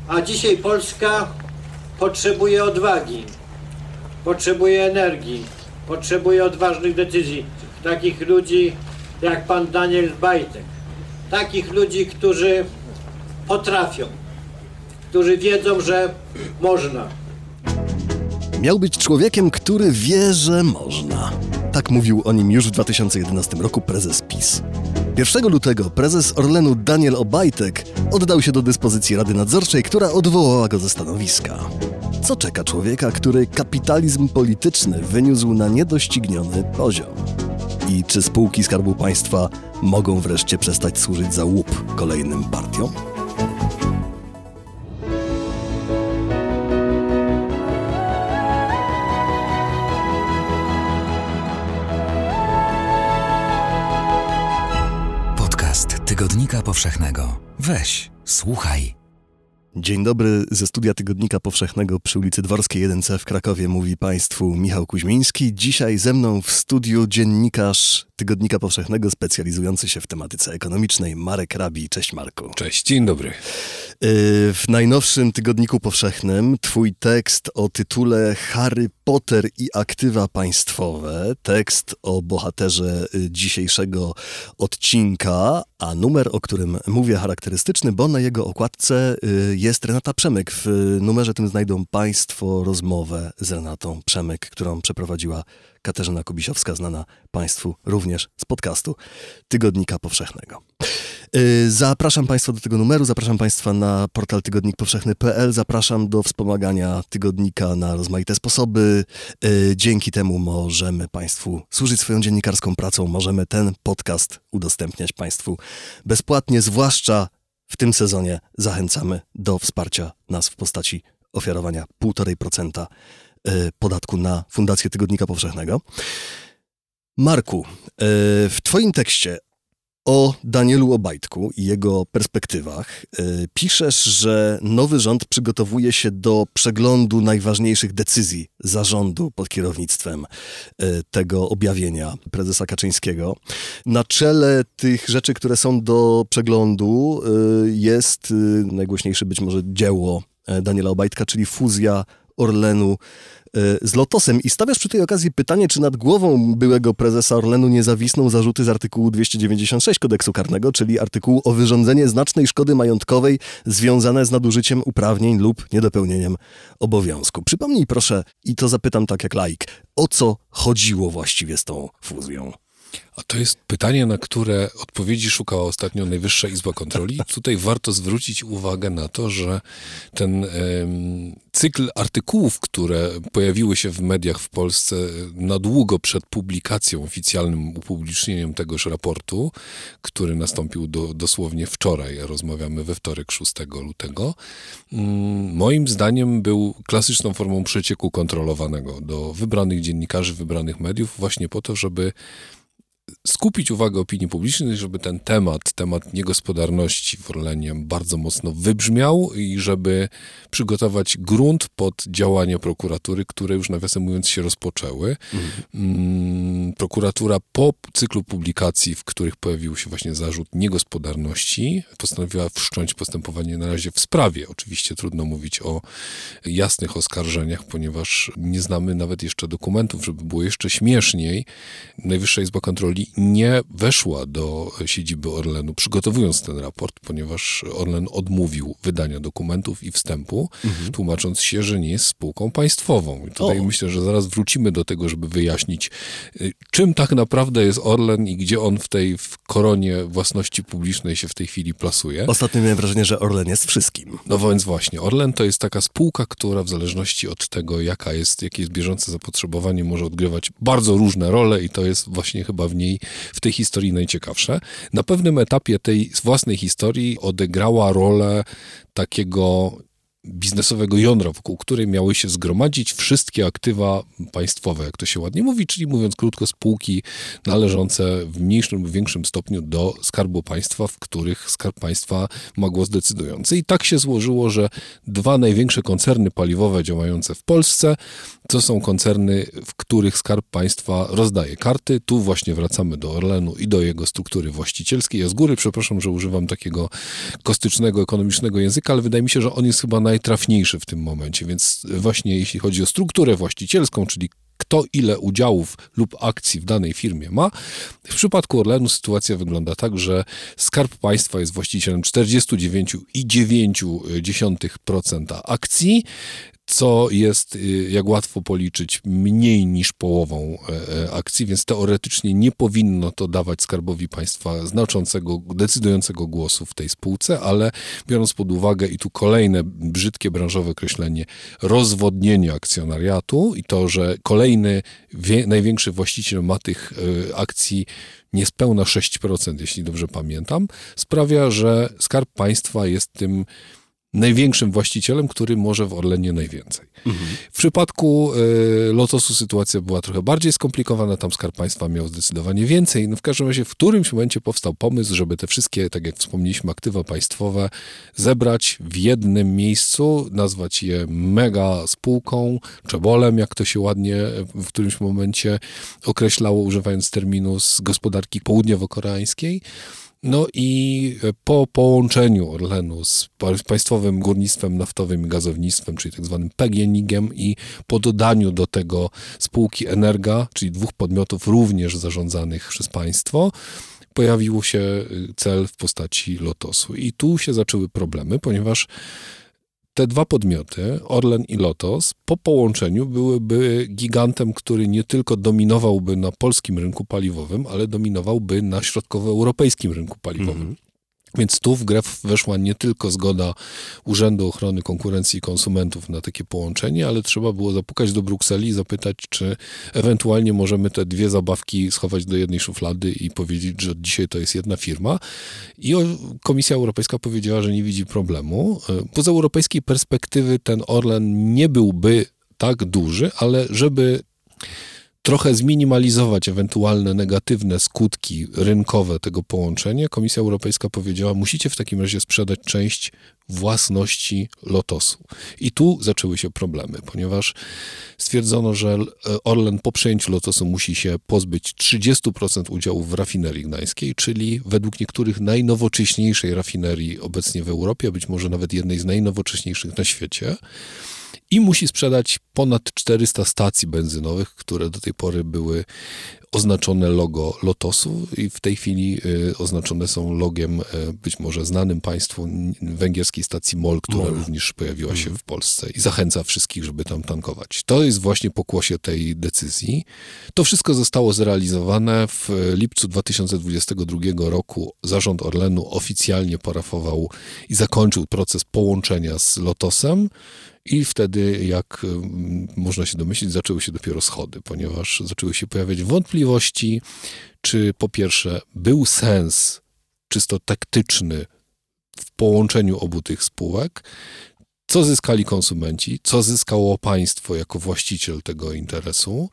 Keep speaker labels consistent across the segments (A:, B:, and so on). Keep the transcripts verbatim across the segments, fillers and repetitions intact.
A: A dzisiaj Polska potrzebuje odwagi, potrzebuje energii, potrzebuje odważnych decyzji. Takich ludzi jak pan Daniel Obajtek. Takich ludzi, którzy potrafią, którzy wiedzą, że można.
B: Miał być człowiekiem, który wie, że można. Tak mówił o nim już w dwa tysiące jedenastym roku prezes PiS. pierwszego lutego prezes Orlenu Daniel Obajtek oddał się do dyspozycji Rady Nadzorczej, która odwołała go ze stanowiska. Co czeka człowieka, który kapitalizm polityczny wyniósł na niedościgniony poziom? I czy spółki Skarbu Państwa mogą wreszcie przestać służyć za łup kolejnym partiom?
C: Tygodnika Powszechnego. Weź, słuchaj.
B: Dzień dobry, ze studia Tygodnika Powszechnego przy ulicy Dworskiej jeden C w Krakowie mówi Państwu Michał Kuźmiński. Dzisiaj ze mną w studiu dziennikarz Tygodnika Powszechnego specjalizujący się w tematyce ekonomicznej Marek Rabi. Cześć Marku.
D: Cześć, dzień dobry.
B: W najnowszym Tygodniku Powszechnym twój tekst o tytule Harry Potter i aktywa państwowe, tekst o bohaterze dzisiejszego odcinka, a numer, o którym mówię, charakterystyczny, bo na jego okładce jest Renata Przemyk. W numerze tym znajdą Państwo rozmowę z Renatą Przemyk, którą przeprowadziła Katarzyna Kubisiowska, znana Państwu również z podcastu Tygodnika Powszechnego. Zapraszam Państwa do tego numeru, zapraszam Państwa na portal tygodnik powszechny kropka p l, zapraszam do wspomagania Tygodnika na rozmaite sposoby. Dzięki temu możemy Państwu służyć swoją dziennikarską pracą, możemy ten podcast udostępniać Państwu bezpłatnie, zwłaszcza w tym sezonie zachęcamy do wsparcia nas w postaci ofiarowania półtora procent podatku na Fundację Tygodnika Powszechnego. Marku, w Twoim tekście o Danielu Obajtku i jego perspektywach piszesz, że nowy rząd przygotowuje się do przeglądu najważniejszych decyzji zarządu pod kierownictwem tego objawienia prezesa Kaczyńskiego. Na czele tych rzeczy, które są do przeglądu, jest najgłośniejsze być może dzieło Daniela Obajtka, czyli fuzja Orlenu z Lotosem. I stawiasz przy tej okazji pytanie, czy nad głową byłego prezesa Orlenu nie zawisną zarzuty z artykułu dwieście dziewięćdziesiąt sześć Kodeksu Karnego, czyli artykułu o wyrządzenie znacznej szkody majątkowej związane z nadużyciem uprawnień lub niedopełnieniem obowiązku. Przypomnij proszę, i to zapytam tak jak laik, o co chodziło właściwie z tą fuzją?
D: A to jest pytanie, na które odpowiedzi szukała ostatnio Najwyższa Izba Kontroli. Tutaj warto zwrócić uwagę na to, że ten ym, cykl artykułów, które pojawiły się w mediach w Polsce na długo przed publikacją, oficjalnym upublicznieniem tegoż raportu, który nastąpił do, dosłownie wczoraj, rozmawiamy we wtorek szóstego lutego, ym, moim zdaniem był klasyczną formą przecieku kontrolowanego do wybranych dziennikarzy, wybranych mediów, właśnie po to, żeby skupić uwagę opinii publicznej, żeby ten temat, temat niegospodarności w Orlenie bardzo mocno wybrzmiał i żeby przygotować grunt pod działania prokuratury, które już nawiasem mówiąc się rozpoczęły. Mhm. Prokuratura po cyklu publikacji, w których pojawił się właśnie zarzut niegospodarności, postanowiła wszcząć postępowanie na razie w sprawie. Oczywiście trudno mówić o jasnych oskarżeniach, ponieważ nie znamy nawet jeszcze dokumentów, żeby było jeszcze śmieszniej. Najwyższa Izba Kontroli nie weszła do siedziby Orlenu, przygotowując ten raport, ponieważ Orlen odmówił wydania dokumentów i wstępu, mhm. tłumacząc się, że nie jest spółką państwową. I tutaj o. myślę, że zaraz wrócimy do tego, żeby wyjaśnić, czym tak naprawdę jest Orlen i gdzie on w tej w koronie własności publicznej się w tej chwili plasuje.
B: Ostatnio miałem wrażenie, że Orlen jest wszystkim.
D: No więc właśnie, Orlen to jest taka spółka, która w zależności od tego, jaka jest, jakie jest bieżące zapotrzebowanie, może odgrywać bardzo różne role i to jest właśnie chyba w niej w tej historii najciekawsze. Na pewnym etapie tej własnej historii odegrała rolę takiego biznesowego jądra, wokół której miały się zgromadzić wszystkie aktywa państwowe, jak to się ładnie mówi, czyli mówiąc krótko, spółki należące w mniejszym lub większym stopniu do Skarbu Państwa, w których Skarb Państwa ma głos decydujący. I tak się złożyło, że dwa największe koncerny paliwowe działające w Polsce to są koncerny, w których Skarb Państwa rozdaje karty. Tu właśnie wracamy do Orlenu i do jego struktury właścicielskiej. Ja z góry przepraszam, że używam takiego kostycznego, ekonomicznego języka, ale wydaje mi się, że on jest chyba najtrafniejszy w tym momencie. Więc właśnie jeśli chodzi o strukturę właścicielską, czyli kto ile udziałów lub akcji w danej firmie ma. W przypadku Orlenu sytuacja wygląda tak, że Skarb Państwa jest właścicielem czterdzieści dziewięć przecinek dziewięć procent akcji, co jest, jak łatwo policzyć, mniej niż połową akcji, więc teoretycznie nie powinno to dawać Skarbowi Państwa znaczącego, decydującego głosu w tej spółce, ale biorąc pod uwagę, i tu kolejne brzydkie branżowe określenie, rozwodnienie akcjonariatu i to, że kolejny wie, największy właściciel ma tych akcji niespełna sześć procent, jeśli dobrze pamiętam, sprawia, że Skarb Państwa jest tym największym właścicielem, który może w Orlenie najwięcej. Mhm. W przypadku y, Lotosu sytuacja była trochę bardziej skomplikowana, tam Skarb Państwa miał zdecydowanie więcej. No w każdym razie w którymś momencie powstał pomysł, żeby te wszystkie, tak jak wspomnieliśmy, aktywa państwowe zebrać w jednym miejscu, nazwać je mega spółką, czebolem, jak to się ładnie w którymś momencie określało, używając terminu z gospodarki południowo-koreańskiej. No i po połączeniu Orlenu z Państwowym Górnictwem Naftowym i Gazownictwem, czyli tak zwanym P G N I G-em i po dodaniu do tego spółki Energa, czyli dwóch podmiotów również zarządzanych przez państwo, pojawił się cel w postaci Lotosu. I tu się zaczęły problemy, ponieważ te dwa podmioty, Orlen i Lotos, po połączeniu byłyby gigantem, który nie tylko dominowałby na polskim rynku paliwowym, ale dominowałby na środkowoeuropejskim rynku paliwowym. Mhm. Więc tu w grę weszła nie tylko zgoda Urzędu Ochrony Konkurencji i Konsumentów na takie połączenie, ale trzeba było zapukać do Brukseli i zapytać, czy ewentualnie możemy te dwie zabawki schować do jednej szuflady i powiedzieć, że od dzisiaj to jest jedna firma. I Komisja Europejska powiedziała, że nie widzi problemu. Z europejskiej perspektywy ten Orlen nie byłby tak duży, ale żeby trochę zminimalizować ewentualne negatywne skutki rynkowe tego połączenia, Komisja Europejska powiedziała, musicie w takim razie sprzedać część własności Lotosu. I tu zaczęły się problemy, ponieważ stwierdzono, że Orlen po przejęciu Lotosu musi się pozbyć trzydzieści procent udziałów w rafinerii gdańskiej, czyli według niektórych najnowocześniejszej rafinerii obecnie w Europie, a być może nawet jednej z najnowocześniejszych na świecie. I musi sprzedać ponad czterysta stacji benzynowych, które do tej pory były oznaczone logo Lotosu i w tej chwili y, oznaczone są logiem y, być może znanym państwu węgierskiej stacji MOL, która MOL. również pojawiła się w Polsce i zachęca wszystkich, żeby tam tankować. To jest właśnie pokłosie tej decyzji. To wszystko zostało zrealizowane w lipcu dwa tysiące dwudziestego drugiego roku. Zarząd Orlenu oficjalnie parafował i zakończył proces połączenia z Lotosem. I wtedy, jak można się domyślić, zaczęły się dopiero schody, ponieważ zaczęły się pojawiać wątpliwości, czy po pierwsze był sens czysto taktyczny w połączeniu obu tych spółek, co zyskali konsumenci, co zyskało państwo jako właściciel tego interesu,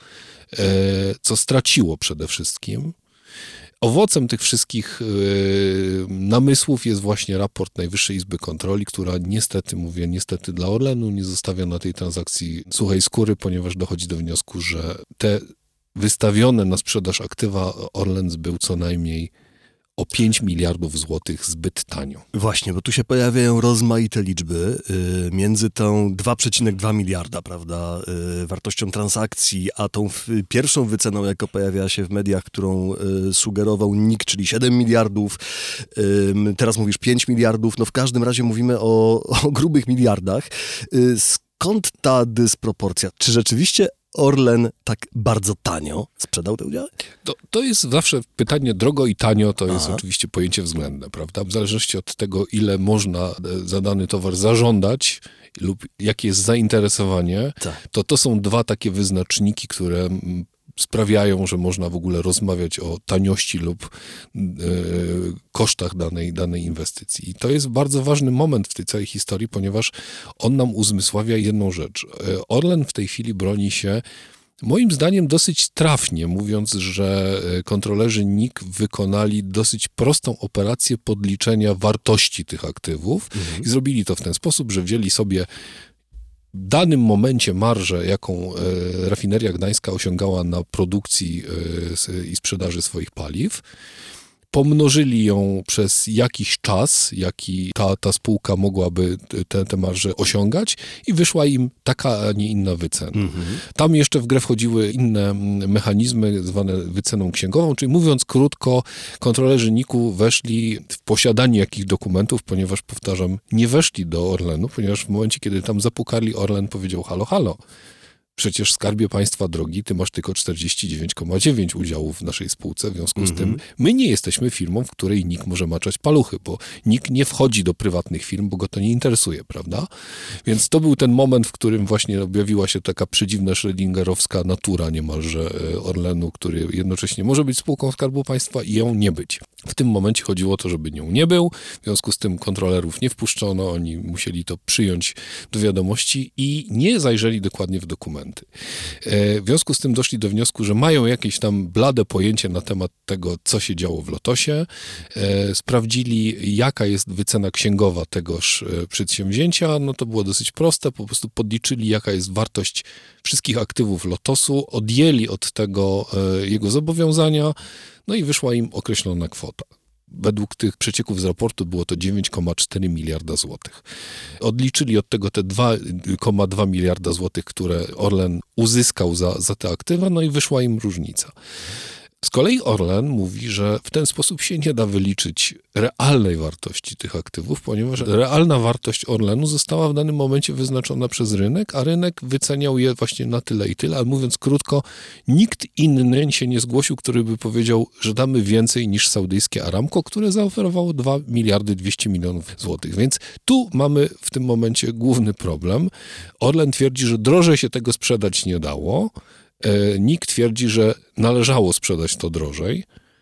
D: co straciło przede wszystkim. Owocem tych wszystkich yy, namysłów jest właśnie raport Najwyższej Izby Kontroli, która niestety, mówię niestety dla Orlenu, nie zostawia na tej transakcji suchej skóry, ponieważ dochodzi do wniosku, że te wystawione na sprzedaż aktywa Orlen zbył co najmniej o pięć miliardów złotych zbyt tanio.
B: Właśnie, bo tu się pojawiają rozmaite liczby. Yy, między tą dwa przecinek dwa miliarda, prawda, yy, wartością transakcji, a tą w, pierwszą wyceną, jaka pojawia się w mediach, którą yy, sugerował N I K, czyli siedem miliardów. Yy, teraz mówisz pięć miliardów. No w każdym razie mówimy o, o grubych miliardach. Yy, skąd ta dysproporcja? Czy rzeczywiście Orlen tak bardzo tanio sprzedał te udziały?
D: To, to jest zawsze pytanie drogo i tanio, to jest
B: Aha.
D: oczywiście pojęcie względne, prawda? W zależności od tego, ile można za dany towar zażądać lub jakie jest zainteresowanie,
B: tak.
D: to to są dwa takie wyznaczniki, które sprawiają, że można w ogóle rozmawiać o taniości lub e, kosztach danej, danej inwestycji. I to jest bardzo ważny moment w tej całej historii, ponieważ on nam uzmysławia jedną rzecz. E, Orlen w tej chwili broni się moim zdaniem dosyć trafnie, mówiąc, że kontrolerzy N I K wykonali dosyć prostą operację podliczenia wartości tych aktywów mhm. i zrobili to w ten sposób, że wzięli sobie w danym momencie marżę, jaką rafineria gdańska osiągała na produkcji i sprzedaży swoich paliw, pomnożyli ją przez jakiś czas, jaki ta, ta spółka mogłaby te, te marże osiągać i wyszła im taka, a nie inna wycena. Mm-hmm. Tam jeszcze w grę wchodziły inne mechanizmy zwane wyceną księgową, czyli mówiąc krótko, kontrolerzy N I K-u weszli w posiadanie jakichś dokumentów, ponieważ, powtarzam, nie weszli do Orlenu, ponieważ w momencie, kiedy tam zapukali, Orlen powiedział halo, halo. Przecież Skarbie Państwa drogi, ty masz tylko czterdzieści dziewięć przecinek dziewięć udziałów w naszej spółce, w związku mm-hmm. z tym my nie jesteśmy firmą, w której N I K może maczać paluchy, bo N I K nie wchodzi do prywatnych firm, bo go to nie interesuje, prawda? Więc to był ten moment, w którym właśnie objawiła się taka przedziwna schrödingerowska natura niemalże Orlenu, który jednocześnie może być spółką Skarbu Państwa i ją nie być. W tym momencie chodziło o to, żeby nią nie był, w związku z tym kontrolerów nie wpuszczono, oni musieli to przyjąć do wiadomości i nie zajrzeli dokładnie w dokumenty. W związku z tym doszli do wniosku, że mają jakieś tam blade pojęcie na temat tego, co się działo w Lotosie. Sprawdzili, jaka jest wycena księgowa tegoż przedsięwzięcia. No to było dosyć proste, po prostu podliczyli, jaka jest wartość wszystkich aktywów Lotosu, odjęli od tego jego zobowiązania, no i wyszła im określona kwota. Według tych przecieków z raportu było to dziewięć przecinek cztery miliarda złotych. Odliczyli od tego te dwa przecinek dwa miliarda złotych, które Orlen uzyskał za, za te aktywa, no i wyszła im różnica. Z kolei Orlen mówi, że w ten sposób się nie da wyliczyć realnej wartości tych aktywów, ponieważ realna wartość Orlenu została w danym momencie wyznaczona przez rynek, a rynek wyceniał je właśnie na tyle i tyle, ale mówiąc krótko, nikt inny się nie zgłosił, który by powiedział, że damy więcej niż saudyjskie Aramco, które zaoferowało dwa miliardy dwieście milionów złotych. Więc tu mamy w tym momencie główny problem. Orlen twierdzi, że drożej się tego sprzedać nie dało. N I K twierdzi, że należało sprzedać to drożej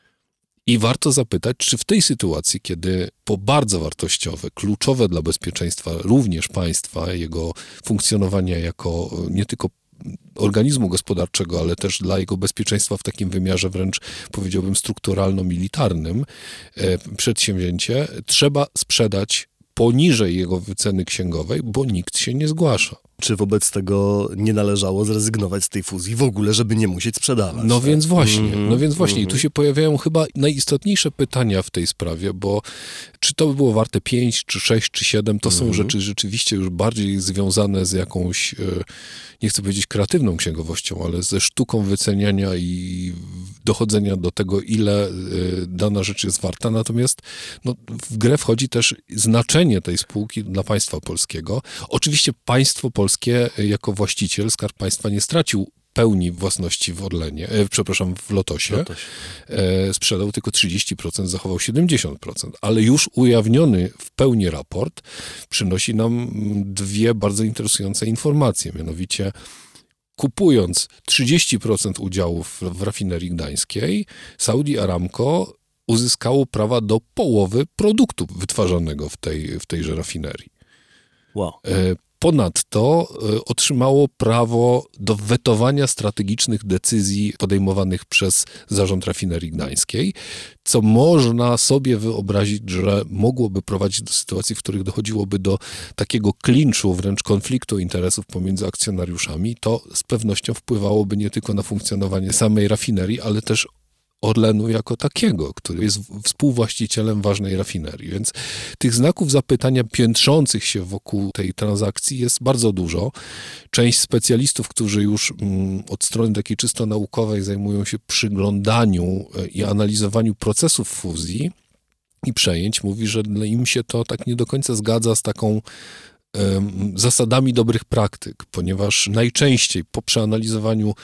D: i warto zapytać, czy w tej sytuacji, kiedy po bardzo wartościowe, kluczowe dla bezpieczeństwa również państwa, jego funkcjonowania jako nie tylko organizmu gospodarczego, ale też dla jego bezpieczeństwa w takim wymiarze wręcz, powiedziałbym, strukturalno-militarnym przedsięwzięcie, trzeba sprzedać poniżej jego wyceny księgowej, bo nikt się nie zgłasza.
B: Czy wobec tego nie należało zrezygnować z tej fuzji w ogóle, żeby nie musieć sprzedawać?
D: No
B: tak?
D: więc właśnie,
B: mm-hmm,
D: no więc właśnie.
B: Mm-hmm.
D: I tu się pojawiają chyba najistotniejsze pytania w tej sprawie, bo czy to by było warte pięć, czy sześć, czy siedem, to mm-hmm. są rzeczy rzeczywiście już bardziej związane z jakąś, nie chcę powiedzieć kreatywną księgowością, ale ze sztuką wyceniania i dochodzenia do tego, ile dana rzecz jest warta. Natomiast no, w grę wchodzi też znaczenie tej spółki dla państwa polskiego. Oczywiście państwo polskie jako właściciel, Skarb Państwa nie stracił pełni własności w Orlenie, e, przepraszam, w Lotosie. Lotosie. E, sprzedał tylko trzydzieści procent, zachował siedemdziesiąt procent, ale już ujawniony w pełni raport przynosi nam dwie bardzo interesujące informacje, mianowicie kupując trzydzieści procent udziałów w rafinerii gdańskiej, Saudi Aramco uzyskało prawa do połowy produktu wytwarzanego w, tej, w tejże rafinerii.
B: Wow.
D: E, Ponadto otrzymało prawo do wetowania strategicznych decyzji podejmowanych przez Zarząd Rafinerii Gdańskiej, co można sobie wyobrazić, że mogłoby prowadzić do sytuacji, w których dochodziłoby do takiego klinczu, wręcz konfliktu interesów pomiędzy akcjonariuszami. To z pewnością wpływałoby nie tylko na funkcjonowanie samej rafinerii, ale też Orlenu jako takiego, który jest współwłaścicielem ważnej rafinerii. Więc tych znaków zapytania piętrzących się wokół tej transakcji jest bardzo dużo. Część specjalistów, którzy już mm, od strony takiej czysto naukowej zajmują się przyglądaniu i analizowaniu procesów fuzji i przejęć, mówi, że im się to tak nie do końca zgadza z taką um, zasadami dobrych praktyk, ponieważ najczęściej po przeanalizowaniu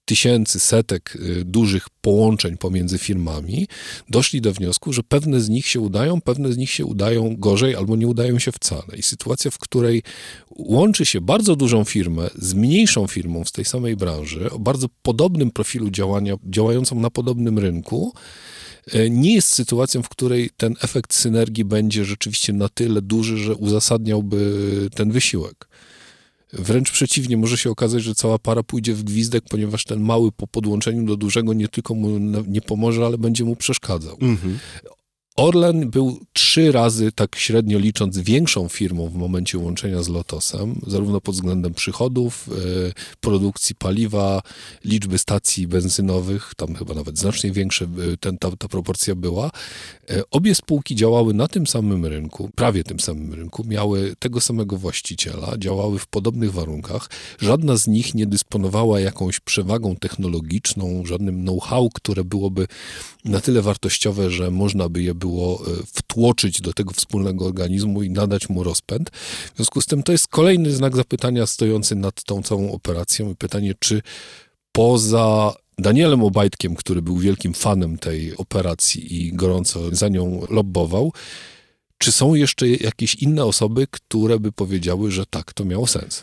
D: tysięcy, setek y, dużych połączeń pomiędzy firmami, doszli do wniosku, że pewne z nich się udają, pewne z nich się udają gorzej albo nie udają się wcale. I sytuacja, w której łączy się bardzo dużą firmę z mniejszą firmą z tej samej branży, o bardzo podobnym profilu działania, działającą na podobnym rynku, nie jest sytuacją, w której ten efekt synergii będzie rzeczywiście na tyle duży, że uzasadniałby ten wysiłek. Wręcz przeciwnie, może się okazać, że cała para pójdzie w gwizdek, ponieważ ten mały po podłączeniu do dużego nie tylko mu nie pomoże, ale będzie mu przeszkadzał. Mhm. Orlen był trzy razy, tak średnio licząc, większą firmą w momencie łączenia z Lotosem, zarówno pod względem przychodów, y, produkcji paliwa, liczby stacji benzynowych, tam chyba nawet znacznie większe y, ten, ta, ta proporcja była. Y, obie spółki działały na tym samym rynku, prawie tym samym rynku, miały tego samego właściciela, działały w podobnych warunkach. Żadna z nich nie dysponowała jakąś przewagą technologiczną, żadnym know-how, które byłoby na tyle wartościowe, że można by je było wtłoczyć do tego wspólnego organizmu i nadać mu rozpęd. W związku z tym to jest kolejny znak zapytania stojący nad tą całą operacją i pytanie, czy poza Danielem Obajtkiem, który był wielkim fanem tej operacji i gorąco za nią lobbował, czy są jeszcze jakieś inne osoby, które by powiedziały, że tak, to miało sens?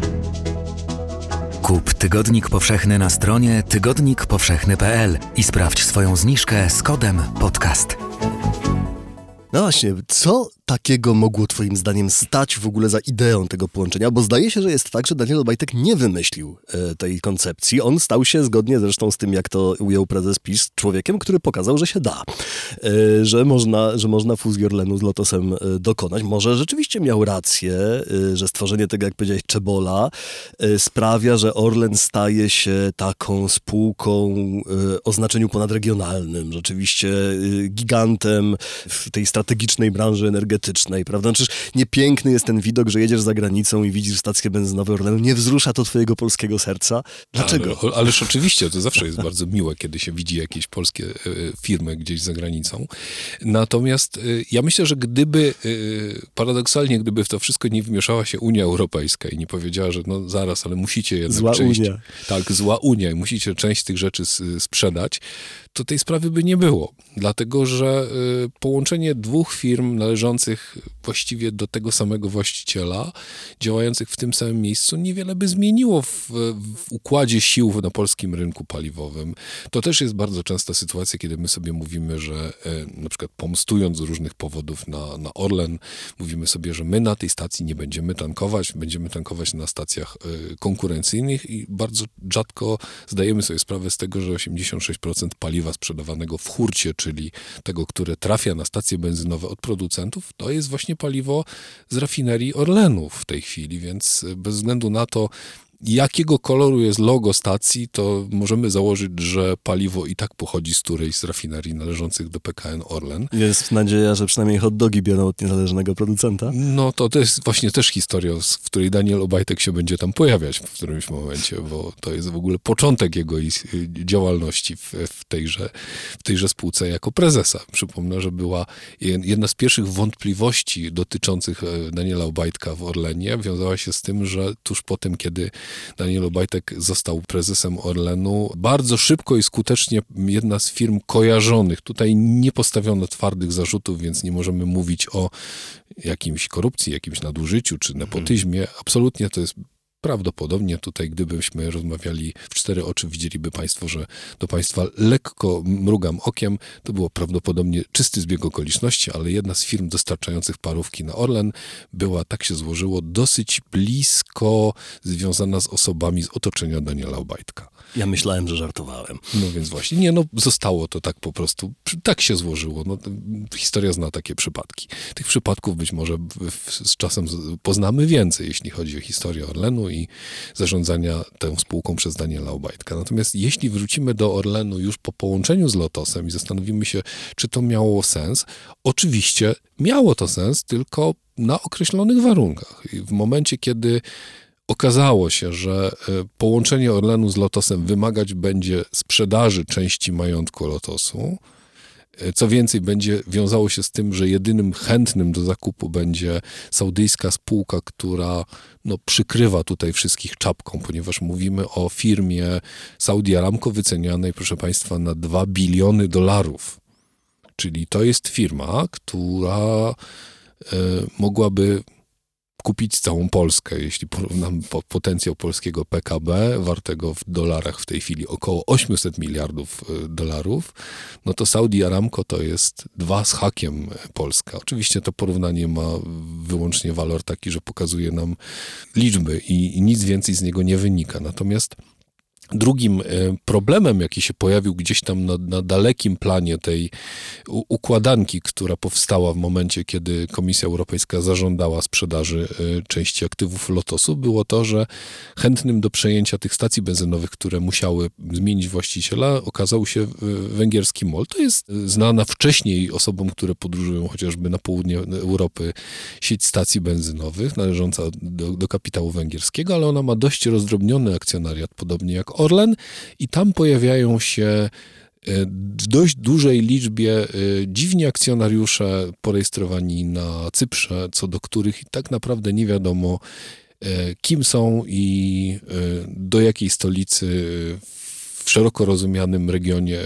C: Kup Tygodnik Powszechny na stronie tygodnik powszechny kropka p l i sprawdź swoją zniżkę z kodem podcast.
B: No właśnie, co takiego mogło twoim zdaniem stać w ogóle za ideą tego połączenia? Bo zdaje się, że jest tak, że Daniel Obajtek nie wymyślił e, tej koncepcji. On stał się, zgodnie zresztą z tym, jak to ujął prezes PiS, człowiekiem, który pokazał, że się da. E, że, można, że można fuzji Orlenu z Lotosem e, dokonać. Może rzeczywiście miał rację, e, że stworzenie tego, jak powiedziałeś, czebola e, sprawia, że Orlen staje się taką spółką e, o znaczeniu ponadregionalnym. Rzeczywiście e, gigantem w tej strategicznej branży energetycznej, prawda? Przecież niepiękny jest ten widok, że jedziesz za granicą i widzisz stacje benzynowe Orlenu. Nie wzrusza to twojego polskiego serca? Dlaczego?
D: Ale, ależ oczywiście, to zawsze jest bardzo miłe, kiedy się widzi jakieś polskie e, firmy gdzieś za granicą. Natomiast e, ja myślę, że gdyby, e, paradoksalnie, gdyby w to wszystko nie wmieszała się Unia Europejska i nie powiedziała, że no zaraz, ale musicie jednak
B: zła
D: część...
B: Unia.
D: Tak, zła Unia i musicie część tych rzeczy s, sprzedać, to tej sprawy by nie było. Dlatego, że y, połączenie dwóch firm należących właściwie do tego samego właściciela, działających w tym samym miejscu, niewiele by zmieniło w, w układzie sił na polskim rynku paliwowym. To też jest bardzo częsta sytuacja, kiedy my sobie mówimy, że y, na przykład pomstując z różnych powodów na, na Orlen, mówimy sobie, że my na tej stacji nie będziemy tankować, będziemy tankować na stacjach y, konkurencyjnych i bardzo rzadko zdajemy sobie sprawę z tego, że osiemdziesiąt sześć procent paliwa sprzedawanego w hurcie, czyli tego, które trafia na stacje benzynowe od producentów, to jest właśnie paliwo z rafinerii Orlenu w tej chwili, więc bez względu na to, jakiego koloru jest logo stacji, to możemy założyć, że paliwo i tak pochodzi z którejś z rafinerii należących do P K N Orlen.
B: Jest nadzieja, że przynajmniej hot dogi biorą od niezależnego producenta?
D: No to to jest właśnie też historia, w której Daniel Obajtek się będzie tam pojawiać w którymś momencie, bo to jest w ogóle początek jego działalności w, w, tejże, w tejże spółce jako prezesa. Przypomnę, że była jedna z pierwszych wątpliwości dotyczących Daniela Obajtka w Orlenie, wiązała się z tym, że tuż po tym, kiedy Daniel Obajtek został prezesem Orlenu, bardzo szybko i skutecznie jedna z firm kojarzonych, tutaj nie postawiono twardych zarzutów, więc nie możemy mówić o jakimś korupcji, jakimś nadużyciu czy nepotyzmie. Absolutnie to jest prawdopodobnie tutaj, gdybyśmy rozmawiali w cztery oczy, widzieliby państwo, że do państwa lekko mrugam okiem. To było prawdopodobnie czysty zbieg okoliczności, ale jedna z firm dostarczających parówki na Orlen była, tak się złożyło, dosyć blisko związana z osobami z otoczenia Daniela Obajtka.
B: Ja myślałem, że żartowałem.
D: No więc właśnie, nie, no zostało to tak po prostu, tak się złożyło. No, historia zna takie przypadki. Tych przypadków być może w, z czasem poznamy więcej, jeśli chodzi o historię Orlenu i zarządzania tą spółką przez Daniela Obajtka. Natomiast jeśli wrócimy do Orlenu już po połączeniu z Lotosem i zastanowimy się, czy to miało sens, oczywiście miało to sens, tylko na określonych warunkach. I w momencie, kiedy okazało się, że połączenie Orlenu z Lotosem wymagać będzie sprzedaży części majątku Lotosu, Co więcej, będzie wiązało się z tym, że jedynym chętnym do zakupu będzie saudyjska spółka, która no, przykrywa tutaj wszystkich czapką, ponieważ mówimy o firmie Saudi Aramco wycenianej, proszę Państwa, na dwa biliony dolarów. Czyli to jest firma, która y, mogłaby kupić całą Polskę, jeśli porównam potencjał polskiego P K B, wartego w dolarach w tej chwili około osiemset miliardów dolarów, no to Saudi Aramco to jest dwa z hakiem Polska. Oczywiście to porównanie ma wyłącznie walor taki, że pokazuje nam liczby i, i nic więcej z niego nie wynika. Natomiast drugim problemem, jaki się pojawił gdzieś tam na, na dalekim planie tej układanki, która powstała w momencie, kiedy Komisja Europejska zażądała sprzedaży części aktywów Lotosu, było to, że chętnym do przejęcia tych stacji benzynowych, które musiały zmienić właściciela, okazał się węgierski MOL. To jest znana wcześniej osobom, które podróżują chociażby na południe Europy, sieć stacji benzynowych należąca do, do kapitału węgierskiego, ale ona ma dość rozdrobniony akcjonariat, podobnie jak Orlen, i tam pojawiają się w dość dużej liczbie dziwni akcjonariusze porejestrowani na Cyprze, co do których tak naprawdę nie wiadomo, kim są i do jakiej stolicy w szeroko rozumianym regionie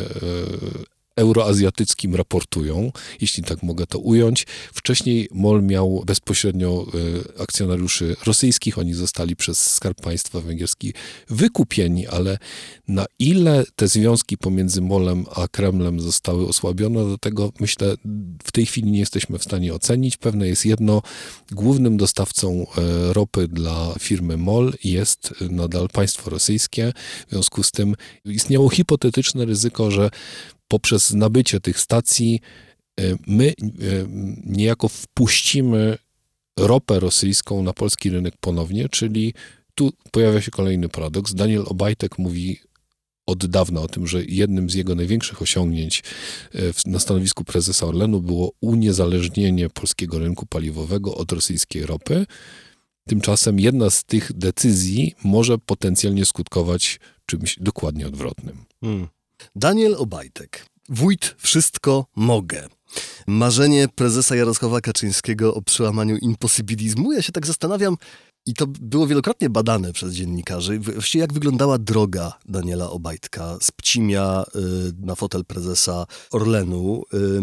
D: euroazjatyckim raportują, jeśli tak mogę to ująć. Wcześniej MOL miał bezpośrednio akcjonariuszy rosyjskich, oni zostali przez Skarb Państwa węgierski wykupieni, ale na ile te związki pomiędzy MOL-em a Kremlem zostały osłabione, do tego myślę w tej chwili nie jesteśmy w stanie ocenić. Pewne jest jedno, głównym dostawcą ropy dla firmy MOL jest nadal państwo rosyjskie. W związku z tym istniało hipotetyczne ryzyko, że poprzez nabycie tych stacji my niejako wpuścimy ropę rosyjską na polski rynek ponownie, czyli tu pojawia się kolejny paradoks. Daniel Obajtek mówi od dawna o tym, że jednym z jego największych osiągnięć na stanowisku prezesa Orlenu było uniezależnienie polskiego rynku paliwowego od rosyjskiej ropy. Tymczasem jedna z tych decyzji może potencjalnie skutkować czymś dokładnie odwrotnym.
B: Hmm. Daniel Obajtek. Wójt, wszystko mogę. Marzenie prezesa Jarosława Kaczyńskiego o przełamaniu imposybilizmu. Ja się tak zastanawiam, i to było wielokrotnie badane przez dziennikarzy, właściwie jak wyglądała droga Daniela Obajtka z Pcimia y, na fotel prezesa Orlenu.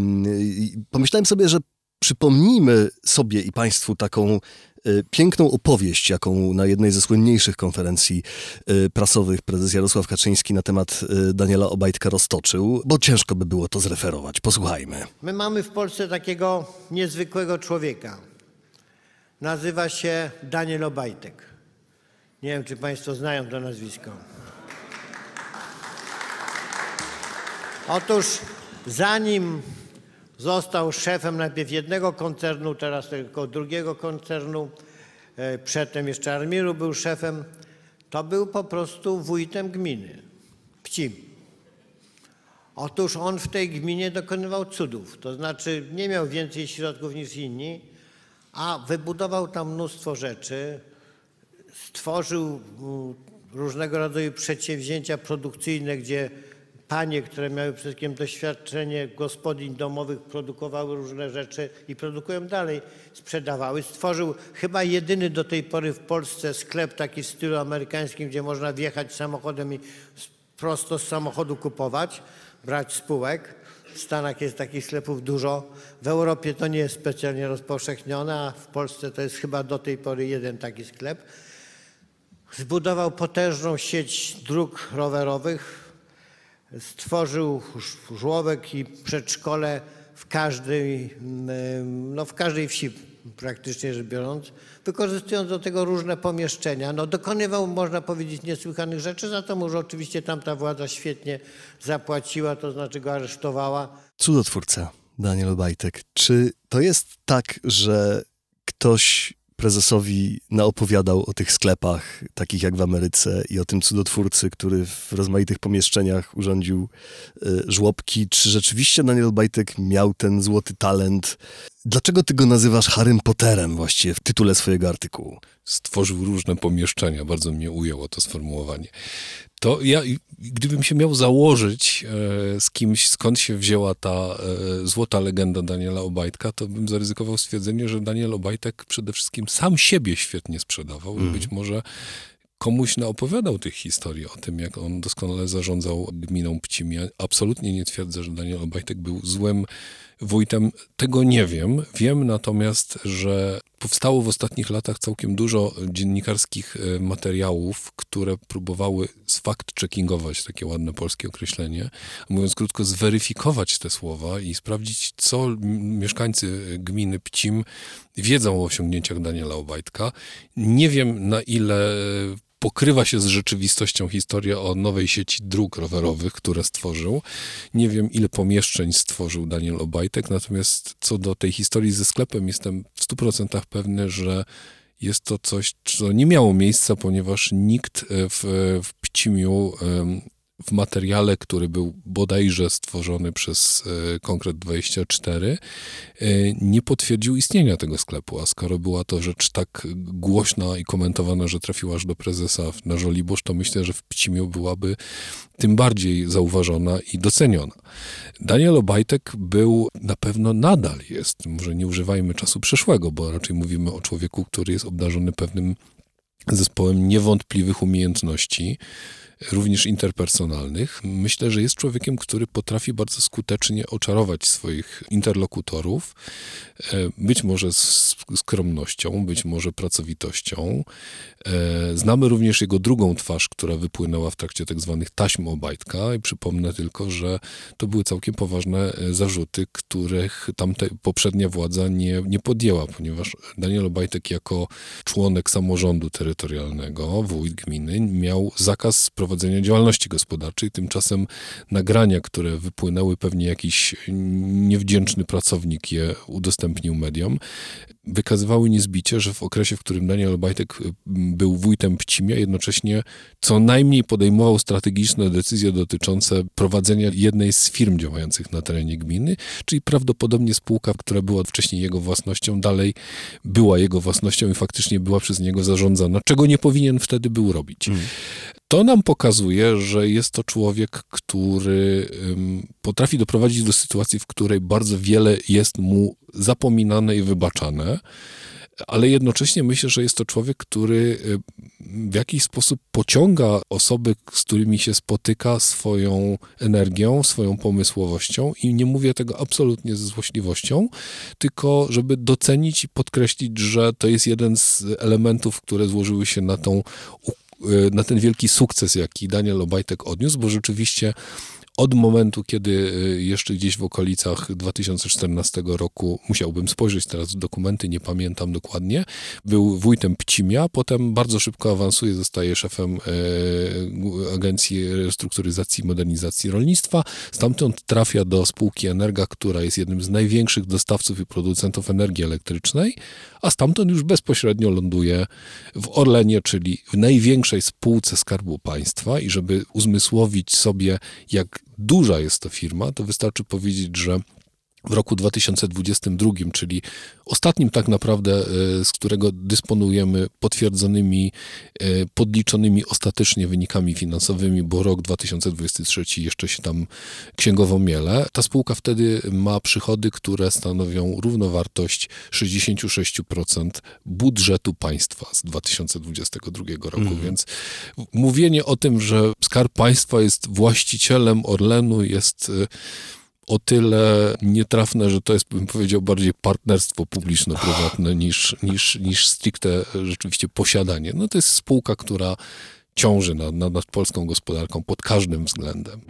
B: Y, pomyślałem sobie, że przypomnijmy sobie i państwu taką y, piękną opowieść, jaką na jednej ze słynniejszych konferencji y, prasowych prezes Jarosław Kaczyński na temat y, Daniela Obajtka roztoczył, bo ciężko by było to zreferować. Posłuchajmy.
A: My mamy w Polsce takiego niezwykłego człowieka. Nazywa się Daniel Obajtek. Nie wiem, czy państwo znają to nazwisko. Otóż zanim został szefem najpierw jednego koncernu, teraz tylko drugiego koncernu, przedtem jeszcze Armiru był szefem, to był po prostu wójtem gminy Pcim. Otóż on w tej gminie dokonywał cudów, to znaczy nie miał więcej środków niż inni, a wybudował tam mnóstwo rzeczy, stworzył różnego rodzaju przedsięwzięcia produkcyjne, gdzie panie, które miały przede wszystkim doświadczenie gospodyń domowych, produkowały różne rzeczy i produkują dalej, sprzedawały. Stworzył chyba jedyny do tej pory w Polsce sklep taki w stylu amerykańskim, gdzie można wjechać samochodem i prosto z samochodu kupować, brać spółek. W Stanach jest takich sklepów dużo. W Europie to nie jest specjalnie rozpowszechnione, a w Polsce to jest chyba do tej pory jeden taki sklep. Zbudował potężną sieć dróg rowerowych, stworzył żłobek i przedszkole w każdej, no w każdej wsi praktycznie rzecz biorąc, wykorzystując do tego różne pomieszczenia. No dokonywał, można powiedzieć, niesłychanych rzeczy, za to może oczywiście tamta władza świetnie zapłaciła, to znaczy go aresztowała.
B: Cudotwórca Daniel Obajtek. Czy to jest tak, że ktoś prezesowi naopowiadał o tych sklepach, takich jak w Ameryce, i o tym cudotwórcy, który w rozmaitych pomieszczeniach urządził y, żłobki? Czy rzeczywiście Daniel Obajtek miał ten złoty talent Dlaczego ty go nazywasz Harrym Potterem właściwie w tytule swojego artykułu?
D: Stworzył różne pomieszczenia, bardzo mnie ujęło to sformułowanie. To ja, gdybym się miał założyć e, z kimś, skąd się wzięła ta e, złota legenda Daniela Obajtka, to bym zaryzykował stwierdzenie, że Daniel Obajtek przede wszystkim sam siebie świetnie sprzedawał mm. i być może komuś naopowiadał tych historii o tym, jak on doskonale zarządzał gminą Pcim. Ja absolutnie nie twierdzę, że Daniel Obajtek był złym wójtem. Tego nie wiem. Wiem natomiast, że powstało w ostatnich latach całkiem dużo dziennikarskich materiałów, które próbowały fact-checkingować, takie ładne polskie określenie, mówiąc krótko, zweryfikować te słowa i sprawdzić, co mieszkańcy gminy Pcim wiedzą o osiągnięciach Daniela Obajtka. Nie wiem, na ile pokrywa się z rzeczywistością historia o nowej sieci dróg rowerowych, które stworzył. Nie wiem, ile pomieszczeń stworzył Daniel Obajtek, natomiast co do tej historii ze sklepem jestem w stu procentach pewny, że jest to coś, co nie miało miejsca, ponieważ nikt w, w Pcimiu w materiale, który był bodajże stworzony przez Konkret dwadzieścia cztery, nie potwierdził istnienia tego sklepu, a skoro była to rzecz tak głośna i komentowana, że trafiła aż do prezesa na Żoliborz, to myślę, że w Pcimiu byłaby tym bardziej zauważona i doceniona. Daniel Obajtek był, na pewno nadal jest, może nie używajmy czasu przeszłego, bo raczej mówimy o człowieku, który jest obdarzony pewnym zespołem niewątpliwych umiejętności, również interpersonalnych. Myślę, że jest człowiekiem, który potrafi bardzo skutecznie oczarować swoich interlokutorów, być może z skromnością, być może pracowitością. Znamy również jego drugą twarz, która wypłynęła w trakcie tak zwanych taśm Obajtka i przypomnę tylko, że to były całkiem poważne zarzuty, których tamta poprzednia władza nie, nie podjęła, ponieważ Daniel Obajtek jako członek samorządu terytorialnego, wójt gminy, miał zakaz prowadzenia działalności gospodarczej. Tymczasem nagrania, które wypłynęły, pewnie jakiś niewdzięczny pracownik je udostępnił mediom, wykazywały niezbicie, że w okresie, w którym Daniel Obajtek był wójtem Pcimia, jednocześnie co najmniej podejmował strategiczne decyzje dotyczące prowadzenia jednej z firm działających na terenie gminy, czyli prawdopodobnie spółka, która była wcześniej jego własnością, dalej była jego własnością i faktycznie była przez niego zarządzana, czego nie powinien wtedy był robić. Mm. To nam pokazuje, że jest to człowiek, który um, potrafi doprowadzić do sytuacji, w której bardzo wiele jest mu zapominane i wybaczane, ale jednocześnie myślę, że jest to człowiek, który w jakiś sposób pociąga osoby, z którymi się spotyka, swoją energią, swoją pomysłowością i nie mówię tego absolutnie ze złośliwością, tylko żeby docenić i podkreślić, że to jest jeden z elementów, które złożyły się na tą na ten wielki sukces, jaki Daniel Obajtek odniósł, bo rzeczywiście od momentu, kiedy jeszcze gdzieś w okolicach dwa tysiące czternastego roku, musiałbym spojrzeć teraz w dokumenty, nie pamiętam dokładnie, był wójtem Pcimia, potem bardzo szybko awansuje, zostaje szefem e, Agencji Restrukturyzacji i Modernizacji Rolnictwa. Stamtąd trafia do spółki Energa, która jest jednym z największych dostawców i producentów energii elektrycznej, a stamtąd już bezpośrednio ląduje w Orlenie, czyli w największej spółce Skarbu Państwa i żeby uzmysłowić sobie, jak duża jest to firma, to wystarczy powiedzieć, że w roku dwa tysiące dwudziestym drugim, czyli ostatnim tak naprawdę, z którego dysponujemy potwierdzonymi, podliczonymi ostatecznie wynikami finansowymi, bo rok dwa tysiące dwudziesty trzeci jeszcze się tam księgowo miele. Ta spółka wtedy ma przychody, które stanowią równowartość sześćdziesiąt sześć procent budżetu państwa z dwa tysiące dwudziestego drugiego roku, mm. więc mówienie o tym, że Skarb Państwa jest właścicielem Orlenu jest o tyle nietrafne, że to jest, bym powiedział, bardziej partnerstwo publiczno-prywatne niż, niż, niż stricte rzeczywiście posiadanie. No to jest spółka, która ciąży nad, nad polską gospodarką pod każdym względem.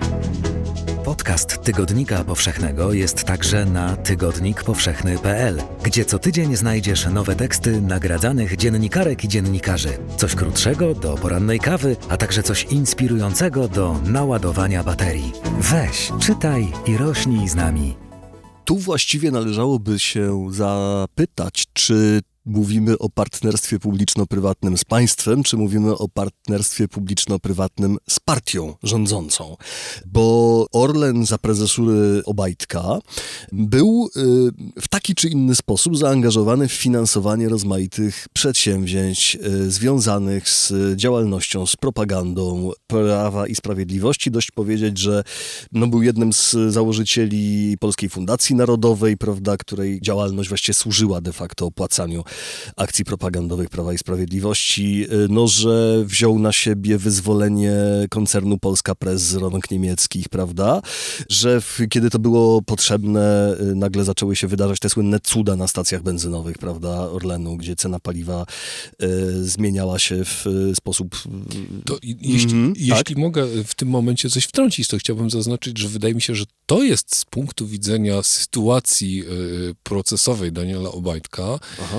C: Podcast Tygodnika Powszechnego jest także na tygodnik powszechny kropka p l, gdzie co tydzień znajdziesz nowe teksty nagradzanych dziennikarek i dziennikarzy. Coś krótszego do porannej kawy, a także coś inspirującego do naładowania baterii. Weź, czytaj i rośnij z nami.
B: Tu właściwie należałoby się zapytać, czy mówimy o partnerstwie publiczno-prywatnym z państwem, czy mówimy o partnerstwie publiczno-prywatnym z partią rządzącą? Bo Orlen za prezesury Obajtka był w taki czy inny sposób zaangażowany w finansowanie rozmaitych przedsięwzięć związanych z działalnością, z propagandą Prawa i Sprawiedliwości. Dość powiedzieć, że no, był jednym z założycieli Polskiej Fundacji Narodowej, prawda, której działalność właściwie służyła de facto opłacaniu akcji propagandowych Prawa i Sprawiedliwości, no, że wziął na siebie wyzwolenie koncernu Polska Press z rąk niemieckich, prawda, że w, kiedy to było potrzebne, nagle zaczęły się wydarzać te słynne cuda na stacjach benzynowych, prawda, Orlenu, gdzie cena paliwa y, zmieniała się w y, sposób...
D: To, jeśli
B: mm,
D: jeśli
B: tak?
D: mogę w tym momencie coś wtrącić, to chciałbym zaznaczyć, że wydaje mi się, że to jest z punktu widzenia sytuacji y, procesowej Daniela Obajtka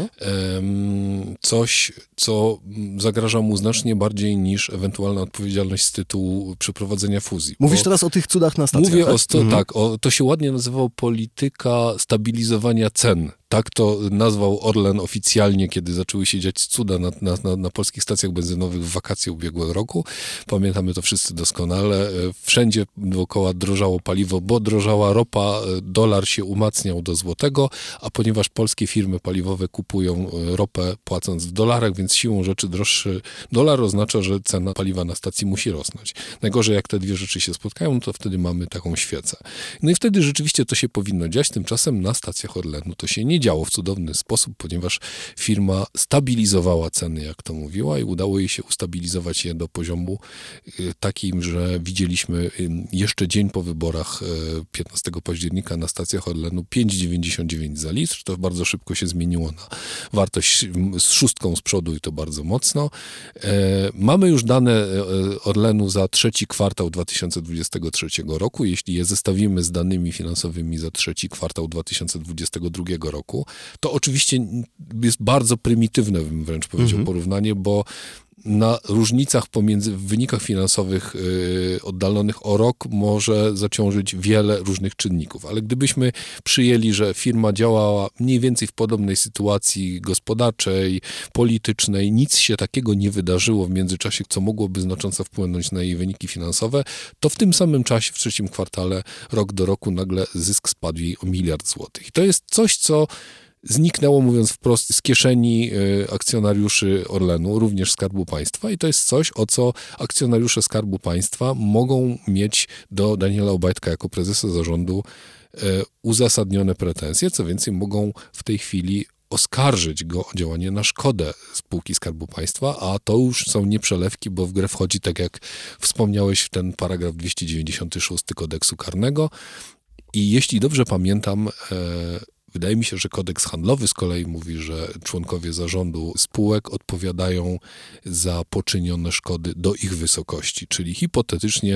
D: y, coś, co zagraża mu znacznie bardziej niż ewentualna odpowiedzialność z tytułu przeprowadzenia fuzji.
B: Mówisz
D: Bo
B: teraz o tych cudach na stacjach,
D: Mówię
B: tak?
D: o sto,
B: Mhm.
D: tak, o, to się ładnie nazywało polityka stabilizowania cen. Tak to nazwał Orlen oficjalnie, kiedy zaczęły się dziać cuda na, na, na, na polskich stacjach benzynowych w wakacje ubiegłego roku. Pamiętamy to wszyscy doskonale. Wszędzie dookoła drożało paliwo, bo drożała ropa, dolar się umacniał do złotego, a ponieważ polskie firmy paliwowe kupują ropę płacąc w dolarach, więc siłą rzeczy droższy dolar oznacza, że cena paliwa na stacji musi rosnąć. Najgorzej jak te dwie rzeczy się spotkają, to wtedy mamy taką świecę. No i wtedy rzeczywiście to się powinno dziać, tymczasem na stacjach Orlenu to się nie działo w cudowny sposób, ponieważ firma stabilizowała ceny, jak to mówiła, i udało jej się ustabilizować je do poziomu takim, że widzieliśmy jeszcze dzień po wyborach piętnastego października na stacjach Orlenu pięć dziewięćdziesiąt dziewięć za litr. To bardzo szybko się zmieniło na wartość z szóstką z przodu i to bardzo mocno. Mamy już dane Orlenu za trzeci kwartał dwa tysiące dwudziestego trzeciego roku. Jeśli je zestawimy z danymi finansowymi za trzeci kwartał dwa tysiące dwudziestego drugiego roku, to oczywiście jest bardzo prymitywne, bym wręcz powiedział, mhm. porównanie, bo na różnicach pomiędzy w wynikach finansowych yy, oddalonych o rok może zaciążyć wiele różnych czynników. Ale gdybyśmy przyjęli, że firma działała mniej więcej w podobnej sytuacji gospodarczej, politycznej, nic się takiego nie wydarzyło w międzyczasie, co mogłoby znacząco wpłynąć na jej wyniki finansowe, to w tym samym czasie, w trzecim kwartale, rok do roku, nagle zysk spadł jej o miliard złotych. I to jest coś, co zniknęło, mówiąc wprost, z kieszeni y, akcjonariuszy Orlenu, również Skarbu Państwa, i to jest coś, o co akcjonariusze Skarbu Państwa mogą mieć do Daniela Obajtka jako prezesa zarządu y, uzasadnione pretensje. Co więcej, mogą w tej chwili oskarżyć go o działanie na szkodę spółki Skarbu Państwa, a to już są nie przelewki, bo w grę wchodzi, tak jak wspomniałeś, w ten paragraf dwieście dziewięćdziesiąty szósty kodeksu karnego. I jeśli dobrze pamiętam, y, wydaje mi się, że kodeks handlowy z kolei mówi, że członkowie zarządu spółek odpowiadają za poczynione szkody do ich wysokości. Czyli hipotetycznie,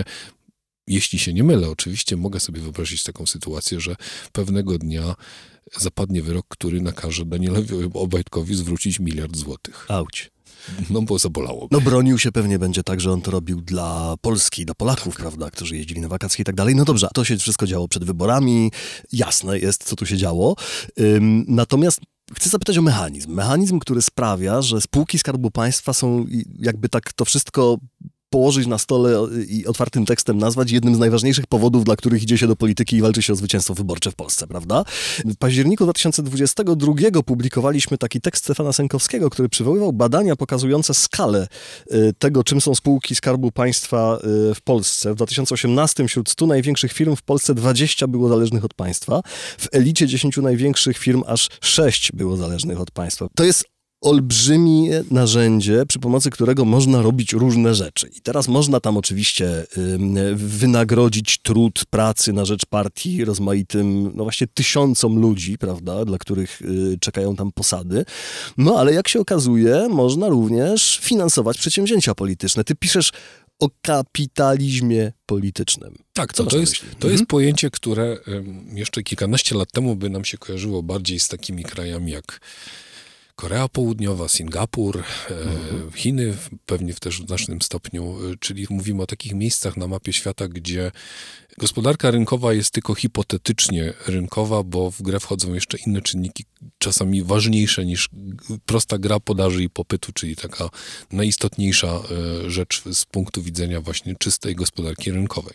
D: jeśli się nie mylę, oczywiście mogę sobie wyobrazić taką sytuację, że pewnego dnia zapadnie wyrok, który nakaże Danielowi Obajtkowi zwrócić miliard złotych.
B: Auć.
D: No bo zabolało.
B: No bronił się pewnie będzie tak, że on to robił dla Polski, dla Polaków, tak, prawda, którzy jeździli na wakacje i tak dalej. No dobrze, to się wszystko działo przed wyborami, jasne jest, co tu się działo. Ym, natomiast chcę zapytać o mechanizm. Mechanizm, który sprawia, że spółki Skarbu Państwa są jakby tak to wszystko położyć na stole i otwartym tekstem nazwać jednym z najważniejszych powodów, dla których idzie się do polityki i walczy się o zwycięstwo wyborcze w Polsce, prawda? W październiku dwa tysiące dwudziestego drugiego publikowaliśmy taki tekst Stefana Sękowskiego, który przywoływał badania pokazujące skalę tego, czym są spółki Skarbu Państwa w Polsce. W dwa tysiące osiemnastym wśród stu największych firm w Polsce dwadzieścia było zależnych od państwa. W elicie dziesięciu największych firm aż sześć było zależnych od państwa. To jest olbrzymie narzędzie, przy pomocy którego można robić różne rzeczy. I teraz można tam oczywiście y, wynagrodzić trud pracy na rzecz partii rozmaitym, no właśnie tysiącom ludzi, prawda, dla których y, czekają tam posady. No ale jak się okazuje, można również finansować przedsięwzięcia polityczne. Ty piszesz o kapitalizmie politycznym.
D: Tak, to, to, jest, to mhm. jest pojęcie, które um, jeszcze kilkanaście lat temu by nam się kojarzyło bardziej z takimi krajami jak Korea Południowa, Singapur,
B: Mhm.
D: Chiny pewnie też w znacznym stopniu, czyli mówimy o takich miejscach na mapie świata, gdzie gospodarka rynkowa jest tylko hipotetycznie rynkowa, bo w grę wchodzą jeszcze inne czynniki, czasami ważniejsze niż prosta gra podaży i popytu, czyli taka najistotniejsza rzecz z punktu widzenia właśnie czystej gospodarki rynkowej.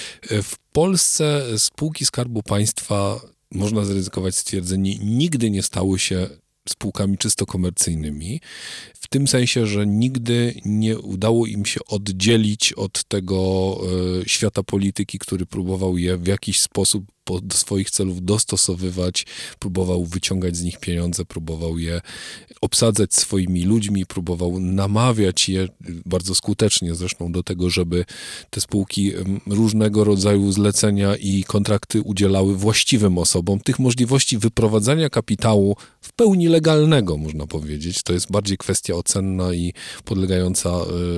D: W Polsce spółki Skarbu Państwa, można zaryzykować stwierdzenie, nigdy nie stały się spółkami czysto komercyjnymi, w tym sensie, że nigdy nie udało im się oddzielić od tego y, świata polityki, który próbował je w jakiś sposób po, do swoich celów dostosowywać, próbował wyciągać z nich pieniądze, próbował je obsadzać swoimi ludźmi, próbował namawiać je bardzo skutecznie zresztą do tego, żeby te spółki różnego rodzaju zlecenia i kontrakty udzielały właściwym osobom. Tych możliwości wyprowadzania kapitału w pełni legalnego, można powiedzieć. To jest bardziej kwestia ocenna i podlegająca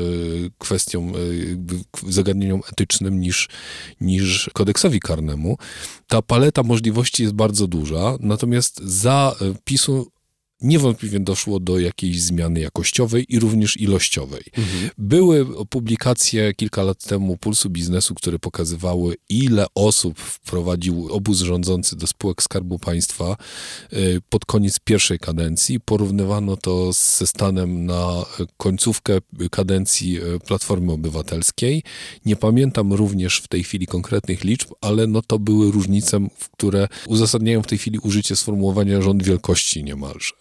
D: y, kwestiom, y, zagadnieniom etycznym niż, niż kodeksowi karnemu. Ta paleta możliwości jest bardzo duża, natomiast za PiS-u niewątpliwie doszło do jakiejś zmiany jakościowej i również ilościowej. Mhm. Były publikacje kilka lat temu Pulsu Biznesu, które pokazywały, ile osób wprowadził obóz rządzący do spółek Skarbu Państwa pod koniec pierwszej kadencji. Porównywano to ze stanem na końcówkę kadencji Platformy Obywatelskiej. Nie pamiętam również w tej chwili konkretnych liczb, ale no to były różnice, które uzasadniają w tej chwili użycie sformułowania rząd wielkości niemalże.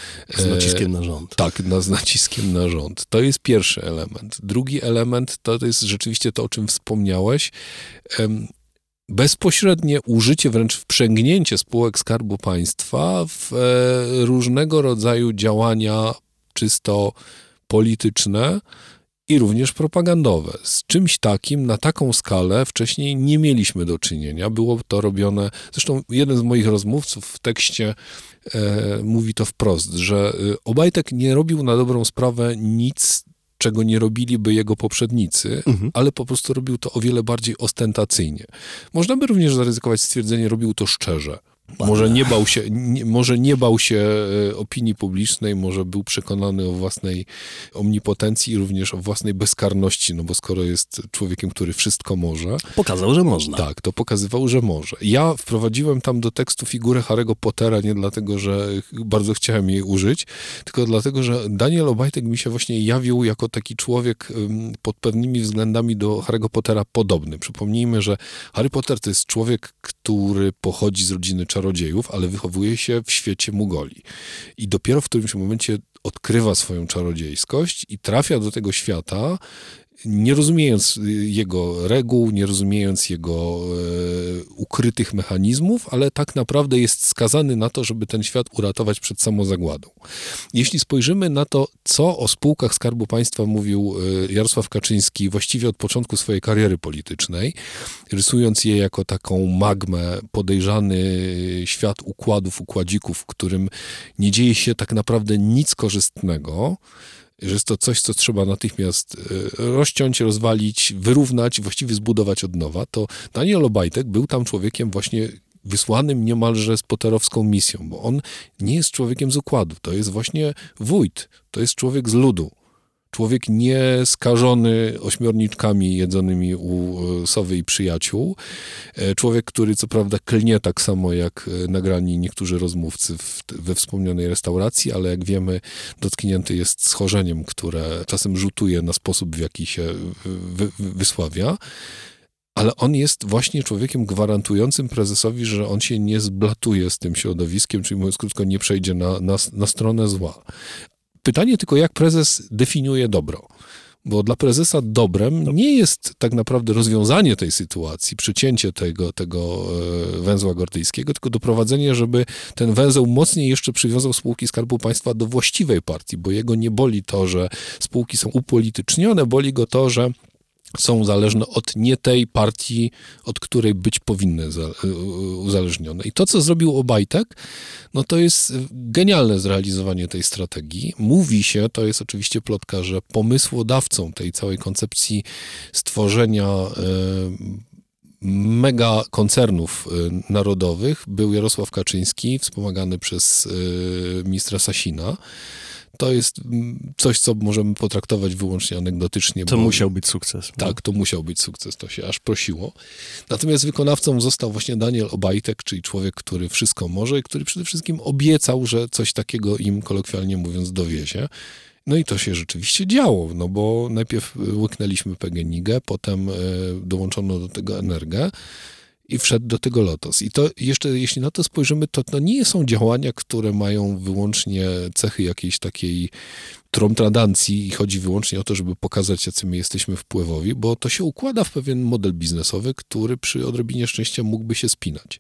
B: Z naciskiem na rząd.
D: E, tak, na, z naciskiem na rząd. To jest pierwszy element. Drugi element to, to jest rzeczywiście to, o czym wspomniałeś. Em, bezpośrednie użycie, wręcz wprzęgnięcie spółek Skarbu Państwa w e, różnego rodzaju działania czysto polityczne i również propagandowe. Z czymś takim, na taką skalę wcześniej nie mieliśmy do czynienia. Było to robione, zresztą jeden z moich rozmówców w tekście e, mówi to wprost, że Obajtek nie robił na dobrą sprawę nic, czego nie robiliby jego poprzednicy, mhm. ale po prostu robił to o wiele bardziej ostentacyjnie. Można by również zaryzykować stwierdzenie, robił to szczerze. Może nie bał się, nie, może nie bał się opinii publicznej, może był przekonany o własnej omnipotencji i również o własnej bezkarności, no bo skoro jest człowiekiem, który wszystko może...
B: Pokazał, że można.
D: Tak, to pokazywał, że może. Ja wprowadziłem tam do tekstu figurę Harry'ego Pottera nie dlatego, że bardzo chciałem jej użyć, tylko dlatego, że Daniel Obajtek mi się właśnie jawił jako taki człowiek pod pewnymi względami do Harry'ego Pottera podobny. Przypomnijmy, że Harry Potter to jest człowiek, który pochodzi z rodziny czarodziejów, ale wychowuje się w świecie Mugoli. I dopiero w którymś momencie odkrywa swoją czarodziejskość i trafia do tego świata, nie rozumiejąc jego reguł, nie rozumiejąc jego e, ukrytych mechanizmów, ale tak naprawdę jest skazany na to, żeby ten świat uratować przed samozagładą. Jeśli spojrzymy na to, co o spółkach Skarbu Państwa mówił e, Jarosław Kaczyński właściwie od początku swojej kariery politycznej, rysując je jako taką magmę, podejrzany świat układów, układzików, w którym nie dzieje się tak naprawdę nic korzystnego, że jest to coś, co trzeba natychmiast rozciąć, rozwalić, wyrównać, właściwie zbudować od nowa, to Daniel Obajtek był tam człowiekiem właśnie wysłanym niemalże z potterowską misją, bo on nie jest człowiekiem z układu, to jest właśnie wójt, to jest człowiek z ludu. Człowiek nie skażony ośmiorniczkami jedzonymi u sowy i przyjaciół. Człowiek, który co prawda klnie tak samo jak nagrani niektórzy rozmówcy w, we wspomnianej restauracji, ale jak wiemy dotknięty jest schorzeniem, które czasem rzutuje na sposób, w jaki się wy, wysławia. Ale on jest właśnie człowiekiem gwarantującym prezesowi, że on się nie zblatuje z tym środowiskiem, czyli mówiąc krótko, nie przejdzie na, na, na stronę zła. Pytanie tylko, jak prezes definiuje dobro? Bo dla prezesa dobrem nie jest tak naprawdę rozwiązanie tej sytuacji, przycięcie tego, tego węzła gordyjskiego, tylko doprowadzenie, żeby ten węzeł mocniej jeszcze przywiązał spółki Skarbu Państwa do właściwej partii, bo jego nie boli to, że spółki są upolitycznione, boli go to, że są zależne od nie tej partii, od której być powinny uzależnione. I to, co zrobił Obajtek, no to jest genialne zrealizowanie tej strategii. Mówi się, to jest oczywiście plotka, że pomysłodawcą tej całej koncepcji stworzenia mega koncernów narodowych był Jarosław Kaczyński, wspomagany przez ministra Sasina. To jest coś, co możemy potraktować wyłącznie anegdotycznie.
B: To
D: bo,
B: musiał być sukces.
D: Tak, to musiał być sukces, to się aż prosiło. Natomiast wykonawcą został właśnie Daniel Obajtek, czyli człowiek, który wszystko może i który przede wszystkim obiecał, że coś takiego im, kolokwialnie mówiąc, dowiezie. No i to się rzeczywiście działo, no bo najpierw łyknęliśmy P G N I G, potem dołączono do tego Energę i wszedł do tego Lotos. I to jeszcze, jeśli na to spojrzymy, to, to nie są działania, które mają wyłącznie cechy jakiejś takiej tromtradancji i chodzi wyłącznie o to, żeby pokazać, jacy my jesteśmy wpływowi, bo to się układa w pewien model biznesowy, który przy odrobinie szczęścia mógłby się spinać.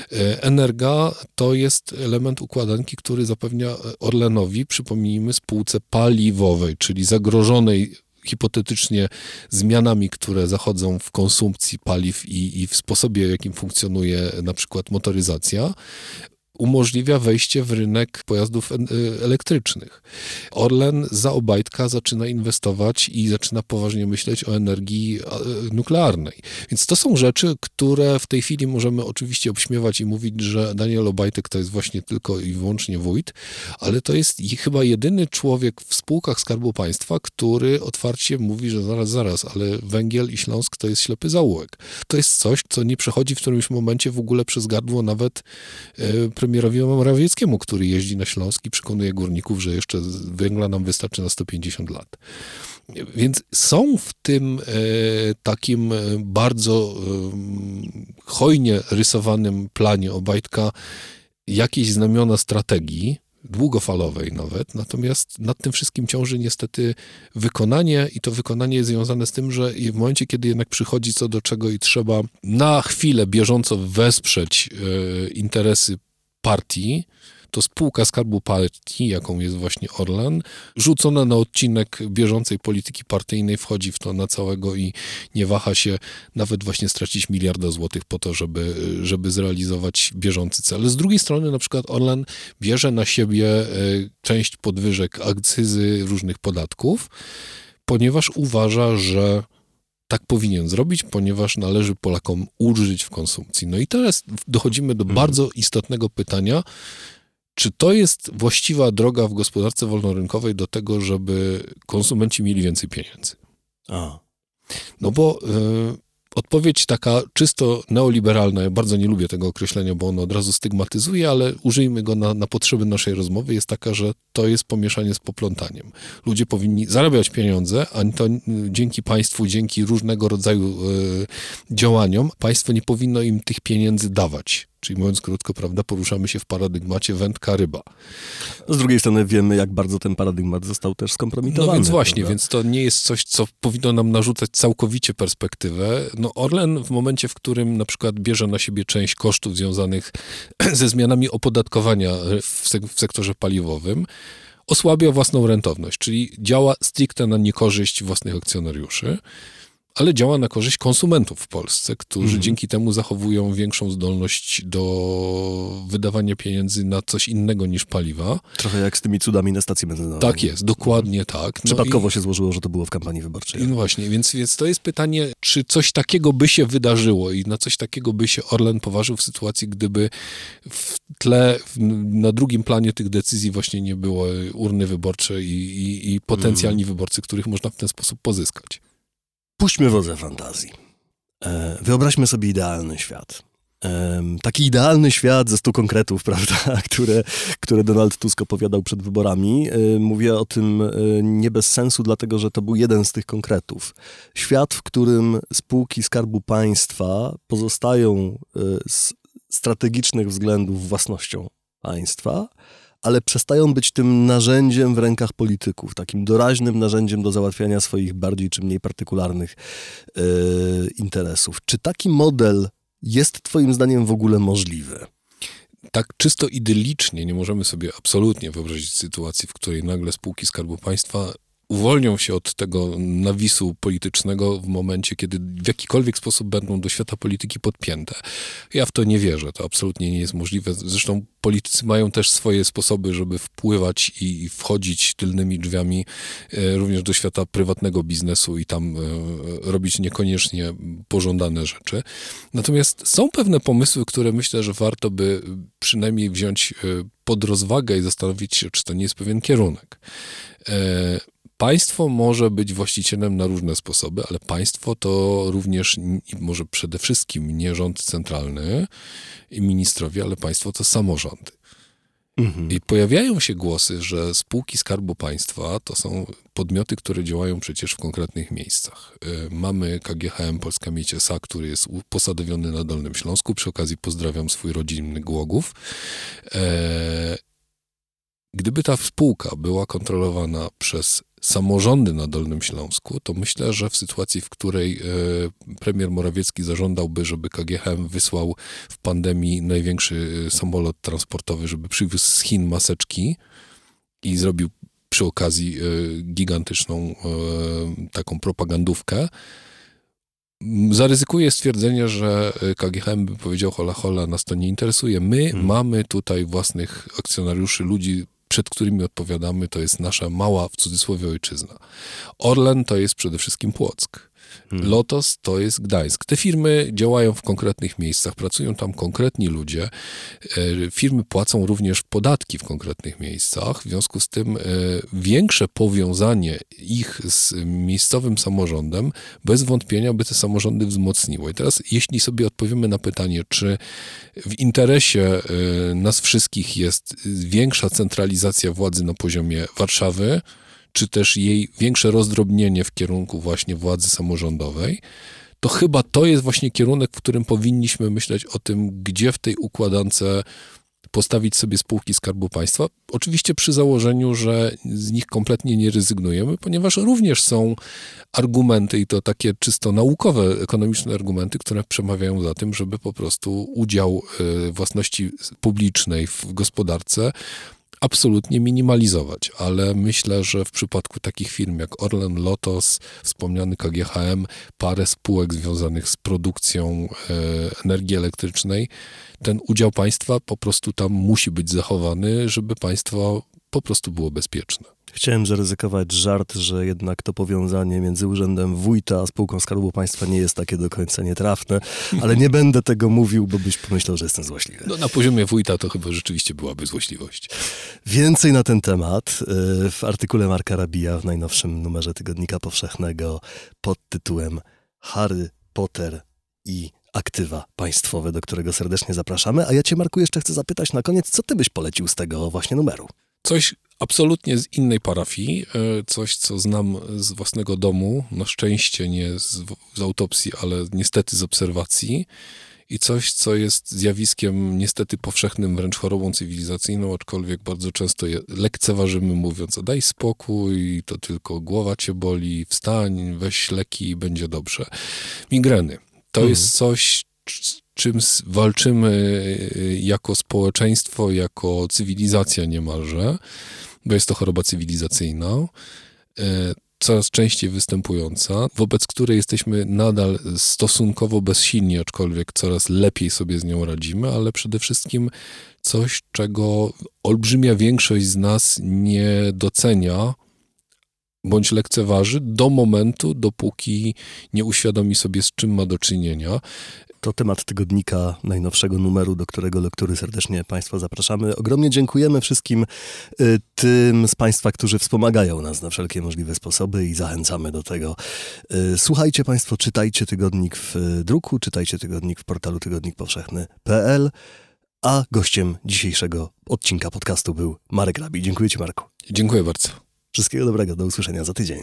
D: Energa to jest element układanki, który zapewnia Orlenowi, przypomnijmy, spółce paliwowej, czyli zagrożonej hipotetycznie zmianami, które zachodzą w konsumpcji paliw i, i w sposobie, w jakim funkcjonuje na przykład motoryzacja, umożliwia wejście w rynek pojazdów elektrycznych. Orlen za Obajtka zaczyna inwestować i zaczyna poważnie myśleć o energii nuklearnej. Więc to są rzeczy, które w tej chwili możemy oczywiście obśmiewać i mówić, że Daniel Obajtek to jest właśnie tylko i wyłącznie wójt, ale to jest chyba jedyny człowiek w spółkach Skarbu Państwa, który otwarcie mówi, że zaraz, zaraz, ale węgiel i Śląsk to jest ślepy zaułek. To jest coś, co nie przechodzi w którymś momencie w ogóle przez gardło nawet yy, premierowi Morawieckiemu, który jeździ na Śląsk i przekonuje górników, że jeszcze węgla nam wystarczy na sto pięćdziesiąt lat. Więc są w tym e, takim bardzo e, hojnie rysowanym planie Obajtka jakieś znamiona strategii, długofalowej nawet, natomiast nad tym wszystkim ciąży niestety wykonanie i to wykonanie jest związane z tym, że w momencie, kiedy jednak przychodzi co do czego i trzeba na chwilę bieżąco wesprzeć e, interesy partii, to spółka Skarbu Partii, jaką jest właśnie Orlen, rzucona na odcinek bieżącej polityki partyjnej, wchodzi w to na całego i nie waha się nawet właśnie stracić miliarda złotych po to, żeby, żeby zrealizować bieżący cel. Z drugiej strony na przykład Orlen bierze na siebie część podwyżek akcyzy, różnych podatków, ponieważ uważa, że tak powinien zrobić, ponieważ należy Polakom ulżyć w konsumpcji. No i teraz dochodzimy do bardzo istotnego pytania, czy to jest właściwa droga w gospodarce wolnorynkowej do tego, żeby konsumenci mieli więcej pieniędzy?
B: A.
D: No bo y, odpowiedź taka czysto neoliberalna, ja bardzo nie lubię tego określenia, bo ono od razu stygmatyzuje, ale użyjmy go na, na potrzeby naszej rozmowy, jest taka, że to jest pomieszanie z poplątaniem. Ludzie powinni zarabiać pieniądze, a to dzięki państwu, dzięki różnego rodzaju y, działaniom, państwo nie powinno im tych pieniędzy dawać. Czyli mówiąc krótko, prawda, poruszamy się w paradygmacie wędka ryba.
B: Z drugiej strony wiemy, jak bardzo ten paradygmat został też skompromitowany.
D: No więc właśnie,
B: prawda?
D: więc to nie jest coś, co powinno nam narzucać całkowicie perspektywę. No Orlen w momencie, w którym na przykład bierze na siebie część kosztów związanych ze zmianami opodatkowania w, sek- w sektorze paliwowym, osłabia własną rentowność, czyli działa stricte na niekorzyść własnych akcjonariuszy, ale działa na korzyść konsumentów w Polsce, którzy mhm. dzięki temu zachowują większą zdolność do wydawania pieniędzy na coś innego niż paliwa.
B: Trochę jak z tymi cudami na stacji benzynowej.
D: Tak jest, dokładnie tak. No
B: Przypadkowo
D: i,
B: się złożyło, że to było w kampanii wyborczej.
D: No właśnie, więc, więc to jest pytanie, czy coś takiego by się wydarzyło i na coś takiego by się Orlen poważył w sytuacji, gdyby w tle, w, na drugim planie tych decyzji właśnie nie było urny wyborcze i, i, i potencjalni mhm. wyborcy, których można w ten sposób pozyskać.
B: Puśćmy wodze fantazji. E, wyobraźmy sobie idealny świat. E, taki idealny świat ze stu konkretów, prawda, które, które Donald Tusk opowiadał przed wyborami. E, mówię o tym e, nie bez sensu, dlatego że to był jeden z tych konkretów. Świat, w którym spółki Skarbu Państwa pozostają e, z strategicznych względów własnością państwa, ale przestają być tym narzędziem w rękach polityków, takim doraźnym narzędziem do załatwiania swoich bardziej czy mniej partykularnych yy, interesów. Czy taki model jest twoim zdaniem w ogóle możliwy?
D: Tak czysto idylicznie nie możemy sobie absolutnie wyobrazić sytuacji, w której nagle spółki Skarbu Państwa uwolnią się od tego nawisu politycznego w momencie, kiedy w jakikolwiek sposób będą do świata polityki podpięte. Ja w to nie wierzę, to absolutnie nie jest możliwe. Zresztą politycy mają też swoje sposoby, żeby wpływać i wchodzić tylnymi drzwiami również do świata prywatnego biznesu i tam robić niekoniecznie pożądane rzeczy. Natomiast są pewne pomysły, które myślę, że warto by przynajmniej wziąć pod rozwagę i zastanowić się, czy to nie jest pewien kierunek. Państwo może być właścicielem na różne sposoby, ale państwo to również i może przede wszystkim nie rząd centralny i ministrowie, ale państwo to samorządy. Mhm. I pojawiają się głosy, że spółki Skarbu Państwa to są podmioty, które działają przecież w konkretnych miejscach. Mamy K G H M Polska Miedź S A, który jest posadowiony na Dolnym Śląsku. Przy okazji pozdrawiam swój rodzinny Głogów. Gdyby ta spółka była kontrolowana przez samorządy na Dolnym Śląsku, to myślę, że w sytuacji, w której e, premier Morawiecki zażądałby, żeby K G H M wysłał w pandemii największy samolot transportowy, żeby przywiózł z Chin maseczki i zrobił przy okazji e, gigantyczną e, taką propagandówkę, zaryzykuję stwierdzenie, że K G H M by powiedział: hola, hola, nas to nie interesuje. My hmm. mamy tutaj własnych akcjonariuszy, ludzi, przed którymi odpowiadamy, to jest nasza mała, w cudzysłowie, ojczyzna. Orlen to jest przede wszystkim Płock. Hmm. Lotos to jest Gdańsk. Te firmy działają w konkretnych miejscach, pracują tam konkretni ludzie. Firmy płacą również podatki w konkretnych miejscach. W związku z tym większe powiązanie ich z miejscowym samorządem bez wątpienia by te samorządy wzmocniło. I teraz, jeśli sobie odpowiemy na pytanie, czy w interesie nas wszystkich jest większa centralizacja władzy na poziomie Warszawy, czy też jej większe rozdrobnienie w kierunku właśnie władzy samorządowej, to chyba to jest właśnie kierunek, w którym powinniśmy myśleć o tym, gdzie w tej układance postawić sobie spółki Skarbu Państwa. Oczywiście przy założeniu, że z nich kompletnie nie rezygnujemy, ponieważ również są argumenty, i to takie czysto naukowe, ekonomiczne argumenty, które przemawiają za tym, żeby po prostu udział własności publicznej w gospodarce absolutnie minimalizować, ale myślę, że w przypadku takich firm jak Orlen, Lotos, wspomniany K G H M, parę spółek związanych z produkcją e, energii elektrycznej, ten udział państwa po prostu tam musi być zachowany, żeby państwo po prostu było bezpieczne.
B: Chciałem zaryzykować żart, że jednak to powiązanie między urzędem wójta a spółką Skarbu Państwa nie jest takie do końca nietrafne, ale nie będę tego mówił, bo byś pomyślał, że jestem złośliwy.
D: No, na poziomie wójta to chyba rzeczywiście byłaby złośliwość.
B: Więcej na ten temat w artykule Marka Rabija w najnowszym numerze Tygodnika Powszechnego pod tytułem Harry Potter i aktywa państwowe, do którego serdecznie zapraszamy. A ja cię, Marku, jeszcze chcę zapytać na koniec, co ty byś polecił z tego właśnie numeru?
D: Coś absolutnie z innej parafii, coś, co znam z własnego domu, na szczęście nie z, z autopsji, ale niestety z obserwacji, i coś, co jest zjawiskiem niestety powszechnym, wręcz chorobą cywilizacyjną, aczkolwiek bardzo często je lekceważymy, mówiąc: daj spokój, to tylko głowa cię boli, wstań, weź leki i będzie dobrze. Migreny. To mhm. jest coś, czym walczymy jako społeczeństwo, jako cywilizacja niemalże, bo jest to choroba cywilizacyjna, coraz częściej występująca, wobec której jesteśmy nadal stosunkowo bezsilni, aczkolwiek coraz lepiej sobie z nią radzimy, ale przede wszystkim coś, czego olbrzymia większość z nas nie docenia bądź lekceważy do momentu, dopóki nie uświadomi sobie, z czym ma do czynienia.
B: To temat tygodnika, najnowszego numeru, do którego lektury serdecznie Państwa zapraszamy. Ogromnie dziękujemy wszystkim y, tym z Państwa, którzy wspomagają nas na wszelkie możliwe sposoby i zachęcamy do tego. Y, słuchajcie Państwo, czytajcie tygodnik w y, druku, czytajcie tygodnik w portalu tygodnik powszechny kropka p l, a gościem dzisiejszego odcinka podcastu był Marek Rabij. Dziękuję Ci, Marku.
D: Dziękuję bardzo.
B: Wszystkiego dobrego, do usłyszenia za tydzień.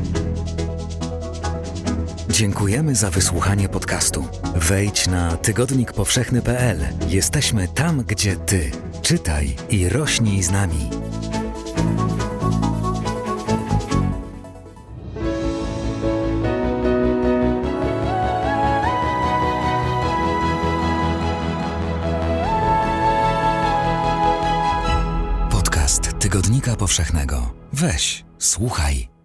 C: Dziękujemy za wysłuchanie podcastu. Wejdź na tygodnik powszechny kropka p l. Jesteśmy tam, gdzie ty. Czytaj i rośnij z nami. Podcast Tygodnika Powszechnego. Weź, słuchaj.